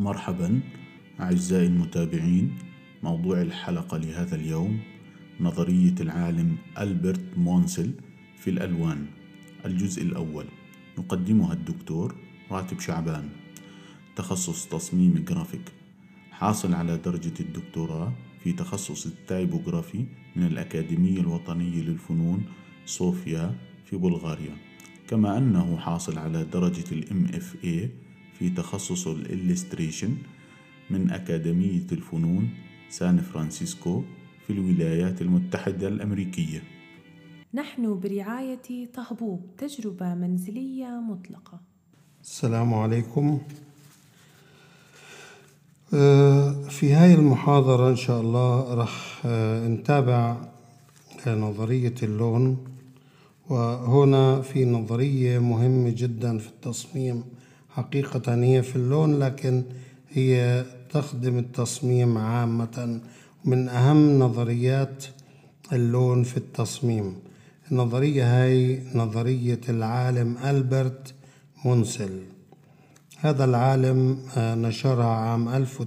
مرحبا أعزائي المتابعين. موضوع الحلقة لهذا اليوم نظرية العالم ألبرت مونسل في الألوان. الجزء الأول يقدمها الدكتور راتب شعبان، تخصص تصميم جرافيك، حاصل على درجة الدكتوراه في تخصص التايبوغرافي من الأكاديمية الوطنية للفنون صوفيا في بلغاريا، كما أنه حاصل على درجة MFA في تخصص الإلستريشن من أكاديمية الفنون سان فرانسيسكو في الولايات المتحدة الأمريكية. نحن برعاية طهبوب تجربة منزلية مطلقة. السلام عليكم. في هاي المحاضرة إن شاء الله رح نتابع نظرية اللون، وهنا في نظرية مهمة جدا في التصميم. حقيقة هي في اللون، لكن هي تخدم التصميم عامة، من أهم نظريات اللون في التصميم. النظرية هاي نظرية العالم ألبرت مونسل. هذا العالم نشرها عام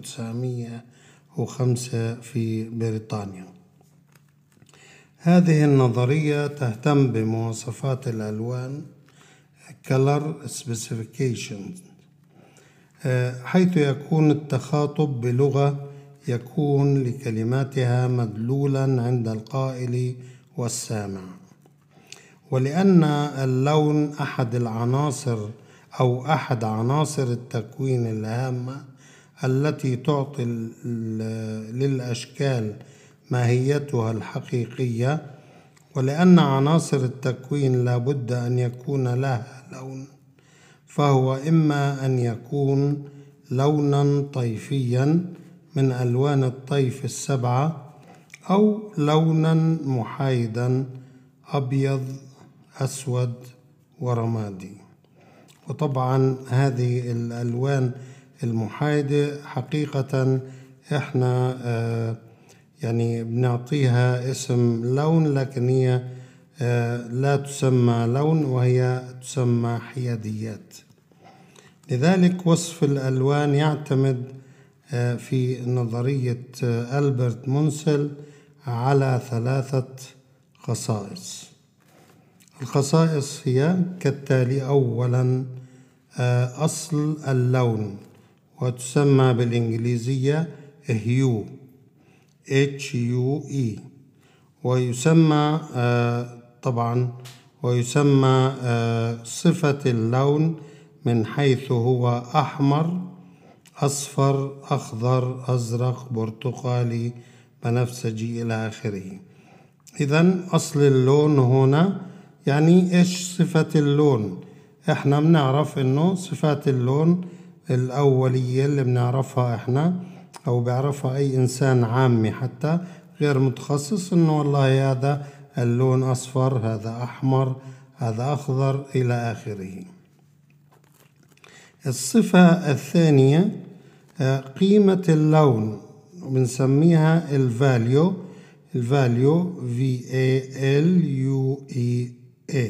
1905 في بريطانيا. هذه النظرية تهتم بمواصفات الألوان color specifications، حيث يكون التخاطب بلغة يكون لكلماتها مدلولا عند القائل والسامع. ولأن اللون أحد العناصر أو أحد عناصر التكوين الهامة التي تعطي للأشكال ماهيتها الحقيقية، ولأن عناصر التكوين لا بد أن يكون لها لون، فهو إما أن يكون لونا طيفيا من ألوان الطيف السبعة، أو لونا محايدا أبيض أسود ورمادي. وطبعا هذه الألوان المحايدة حقيقة إحنا يعني بنعطيها اسم لون، لكن هي لا تسمى لون، وهي تسمى حياديات. لذلك وصف الألوان يعتمد في نظرية ألبرت مونسل على 3 خصائص. الخصائص هي كالتالي: أولا أصل اللون، وتسمى بالإنجليزية هيو HUE، ويسمى ويسمى صفة اللون من حيث هو أحمر، أصفر، أخضر، أزرق، برتقالي، بنفسجي إلى آخره. إذن أصل اللون هنا يعني إيش صفة اللون؟ إحنا بنعرف إنه صفات اللون الأولية اللي بنعرفها إحنا أو بيعرفها أي إنسان عامي حتى غير متخصص، إنه والله هذا اللون أصفر، هذا أحمر، هذا أخضر إلى آخره. الصفة الثانية قيمة اللون، بنسميها الفاليو VALUE،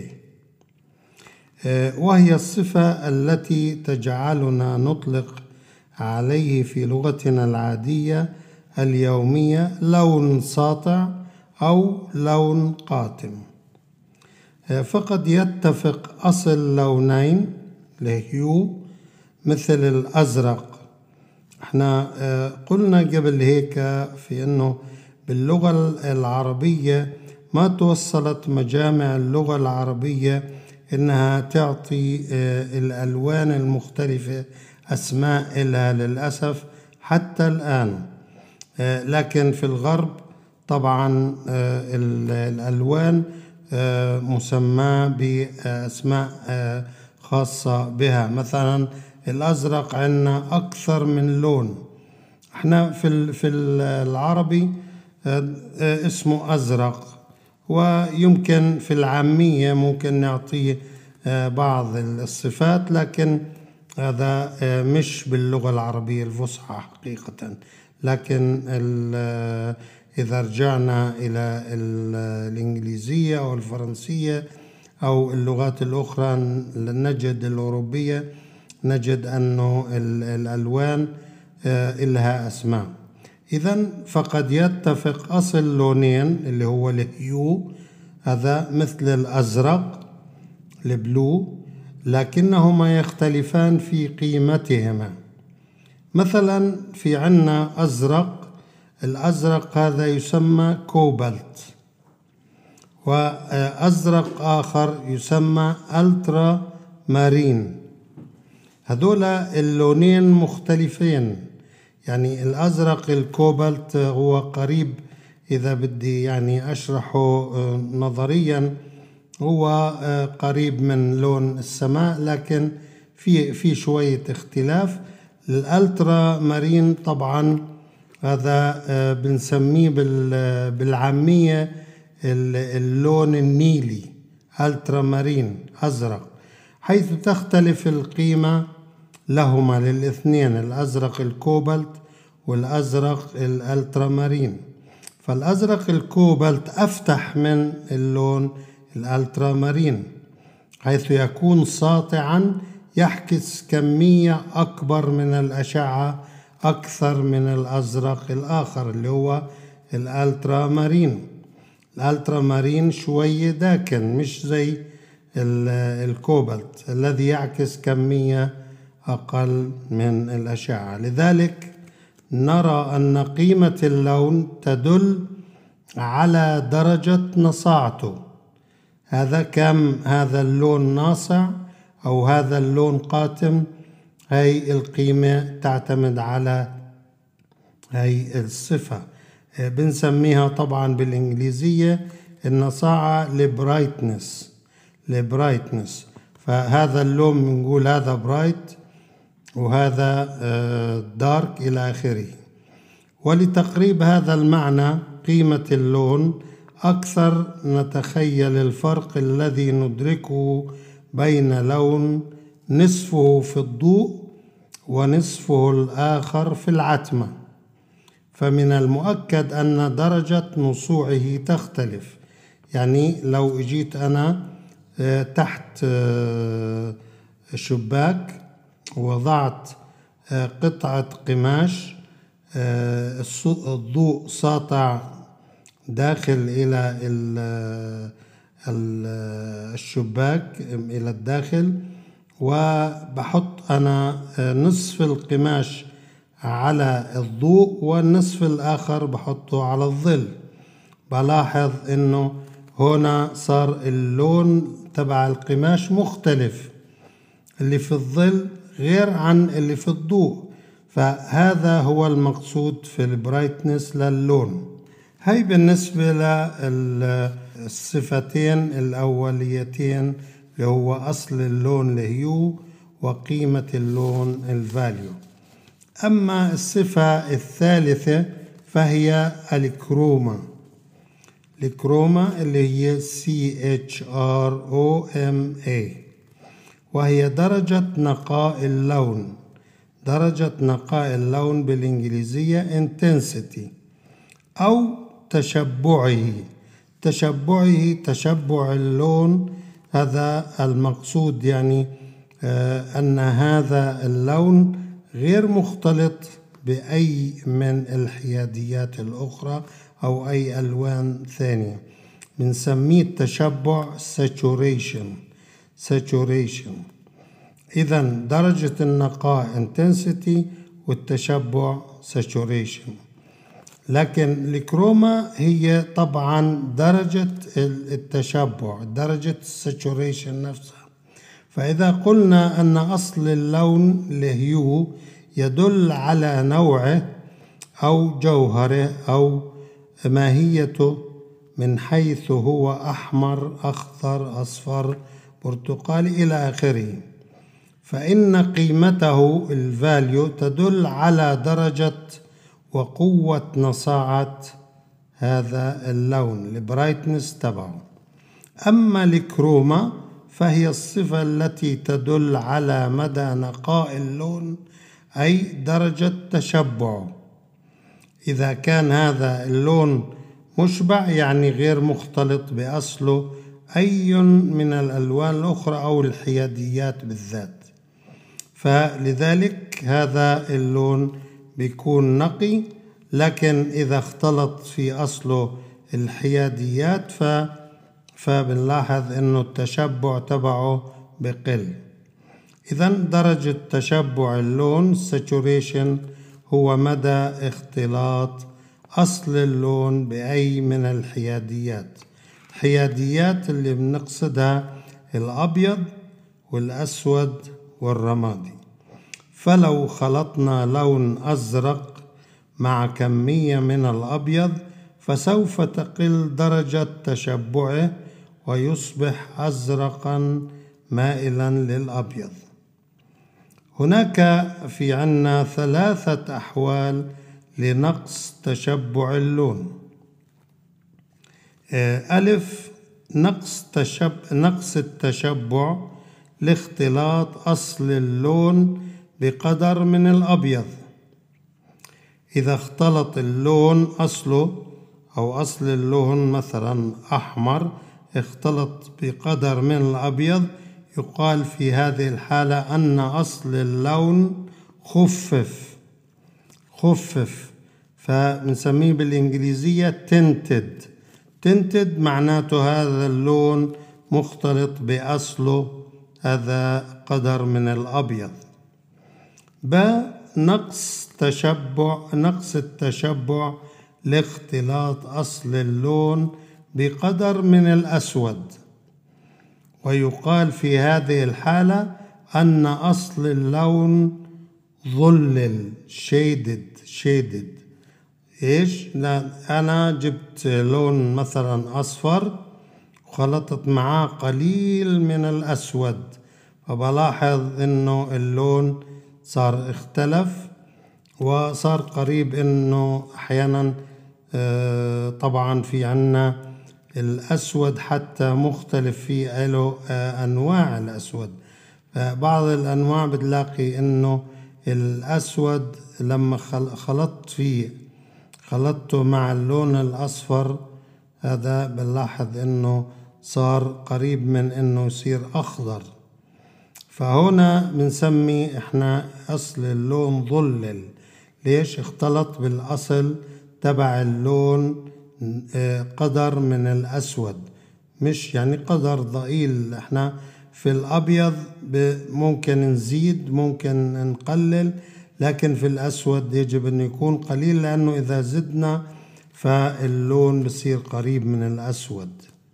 وهي الصفة التي تجعلنا نطلق عليه في لغتنا العادية اليومية لون ساطع أو لون قاتم. فقد يتفق أصل لونين الهيو مثل الأزرق. احنا قلنا قبل هيك في أنه باللغة العربية ما توصلت مجامع اللغة العربية إنها تعطي الألوان المختلفة أسماء إلها للأسف حتى الآن. لكن في الغرب طبعا الألوان مسمى بأسماء خاصة بها. مثلا الأزرق عندنا أكثر من لون. احنا في العربي اسمه أزرق، ويمكن في العامية ممكن نعطيه بعض الصفات، لكن هذا مش باللغة العربية الفصحى حقيقة. لكن إذا رجعنا إلى الإنجليزية أو الفرنسية أو اللغات الأخرى نجد الأوروبية، نجد أنه الألوان إلها أسماء. إذن فقد يتفق أصل لونين اللي هو الهيو، هذا مثل الأزرق البلو، لكنهما يختلفان في قيمتهما. مثلا في عنا أزرق، الأزرق هذا يسمى كوبالت، وأزرق آخر يسمى ألترا مارين. هذول اللونين مختلفين، يعني الأزرق الكوبالت هو قريب، إذا بدي يعني أشرحه نظريا، هو قريب من لون السماء، لكن في شوية اختلاف. الألترا مارين طبعا هذا بنسميه بالعامية اللون النيلي، ألترا مارين أزرق، حيث تختلف القيمة لهما للاثنين، الأزرق الكوبالت والأزرق الألترا مارين. فالأزرق الكوبالت أفتح من اللون الألترا مارين، حيث يكون ساطعا، يحكس كمية أكبر من الأشعة أكثر من الأزرق الآخر اللي هو الألترا مارين. الألترا مارين شوية داكن، مش زي الكوبالت الذي يعكس كمية أقل من الأشعة. لذلك نرى أن قيمة اللون تدل على درجة نصاعته، هذا كم هذا اللون ناصع أو هذا اللون قاتم. هاي القيمة تعتمد على هاي الصفة، بنسميها طبعا بالإنجليزية النصاعة البرايتنس. فهذا اللون بنقول هذا برايت وهذا دارك إلى آخره. ولتقريب هذا المعنى قيمة اللون أكثر، نتخيل الفرق الذي ندركه بين لون نصفه في الضوء ونصفه الآخر في العتمة. فمن المؤكد أن درجة نصوعه تختلف. يعني لو اجيت أنا تحت شباك ووضعت قطعة قماش، الضوء ساطع داخل إلى الشباك إلى الداخل، وبحط أنا نصف القماش على الضوء والنصف الآخر بحطه على الظل. بلاحظ إنه هنا صار اللون تبع القماش مختلف، اللي في الظل غير عن اللي في الضوء. فهذا هو المقصود في البرايتنس للون. هاي بالنسبة للصفتين الأوليتين اللي هو أصل اللون الهيو وقيمة اللون الفاليو. أما الصفة الثالثة فهي الكروما. الكروما اللي هي CHROMA، وهي درجة نقاء اللون. درجة نقاء اللون بالإنجليزية intensity أو تشبعه. تشبع اللون، هذا المقصود، يعني أن هذا اللون غير مختلط بأي من الحياديات الأخرى أو أي ألوان ثانية، بنسميه التشبع saturation. إذن درجة النقاء intensity والتشبع saturation. لكن الكروما هي طبعا درجة التشبع، درجة saturation نفسها. فإذا قلنا أن أصل اللون الهيو يدل على نوعه أو جوهره أو ماهيته من حيث هو أحمر، أخضر، أصفر، برتقالي إلى آخره، فإن قيمته الفاليو تدل على درجة وقوة نصاعة هذا اللون، البرايتنس تبعه. أما الكروما فهي الصفة التي تدل على مدى نقاء اللون، أي درجة تشبعه. إذا كان هذا اللون مشبع يعني غير مختلط بأصله أي من الألوان الأخرى أو الحياديات بالذات، فلذلك هذا اللون بيكون نقي، لكن إذا اختلط في أصله الحياديات فبنلاحظ إنه التشبع تبعه بقل. إذن درجة تشبع اللون saturation هو مدى اختلاط أصل اللون بأي من الحياديات. الحياديات اللي بنقصدها الأبيض والأسود والرمادي. فلو خلطنا لون أزرق مع كمية من الأبيض فسوف تقل درجة تشبعه ويصبح أزرقا مائلا للأبيض. هناك في عنا 3 أحوال لنقص تشبع اللون. ألف، نقص التشبع لاختلاط أصل اللون بقدر من الأبيض. إذا اختلط اللون أصله أو أصل اللون مثلا أحمر اختلط بقدر من الأبيض، يقال في هذه الحالة أن أصل اللون خفف، فبنسميه بالإنجليزية tinted معناته هذا اللون مختلط بأصله، هذا قدر من الأبيض. نقص التشبع لاختلاط أصل اللون بقدر من الأسود، ويقال في هذه الحالة أن أصل اللون ظلل shaded. إيش؟ أنا جبت لون مثلا أصفر وخلطت معاه قليل من الأسود، فبلاحظ إنه اللون صار اختلف وصار قريب، إنه أحيانا طبعا في عنا الأسود حتى مختلف في له أنواع الأسود. بعض الأنواع بتلاقي إنه الأسود لما خلطته مع اللون الأصفر، هذا بنلاحظ إنه صار قريب من إنه يصير أخضر. فهنا بنسمي إحنا أصل اللون ظلل. ليش؟ اختلط بالأصل تبع اللون قدر من الأسود، مش يعني قدر ضئيل. إحنا في الأبيض ممكن نزيد ممكن نقلل، لكن في الأسود يجب أن يكون قليل، لأنه إذا زدنا فاللون بصير قريب من الأسود.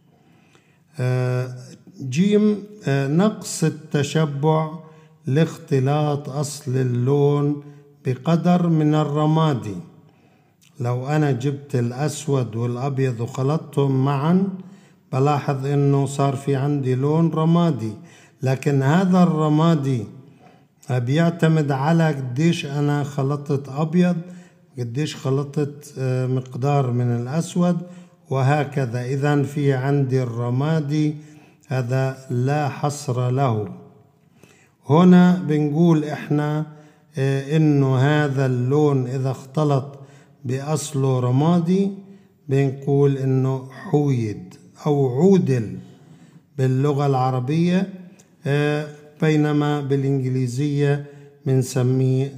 جيم، نقص التشبع لاختلاط أصل اللون بقدر من الرمادي. لو أنا جبت الأسود والأبيض وخلطتهم معا بلاحظ إنه صار في عندي لون رمادي، لكن هذا الرمادي بيعتمد على قديش أنا خلطت أبيض، قديش خلطت مقدار من الأسود، وهكذا. إذن في عندي الرمادي هذا لا حصر له. هنا بنقول إحنا إنه هذا اللون إذا اختلط بأصله رمادي بنقول إنه حويد أو عودل باللغة العربية، بينما بالإنجليزية بنسميه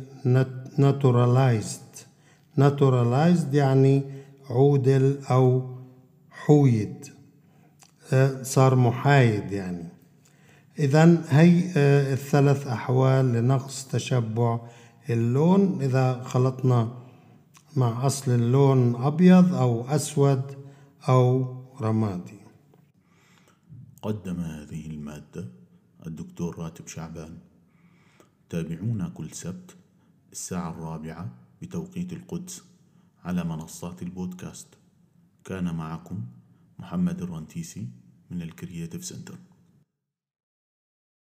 naturalized يعني عودل أو حويد، صار محايد يعني. إذن هي 3 أحوال لنقص تشبع اللون إذا خلطنا مع أصل اللون أبيض أو أسود أو رمادي. قدم هذه المادة الدكتور راتب شعبان. تابعونا كل سبت 4:00 بتوقيت القدس على منصات البودكاست. كان معكم محمد الرنتيسي من الكرياتيف سنتر.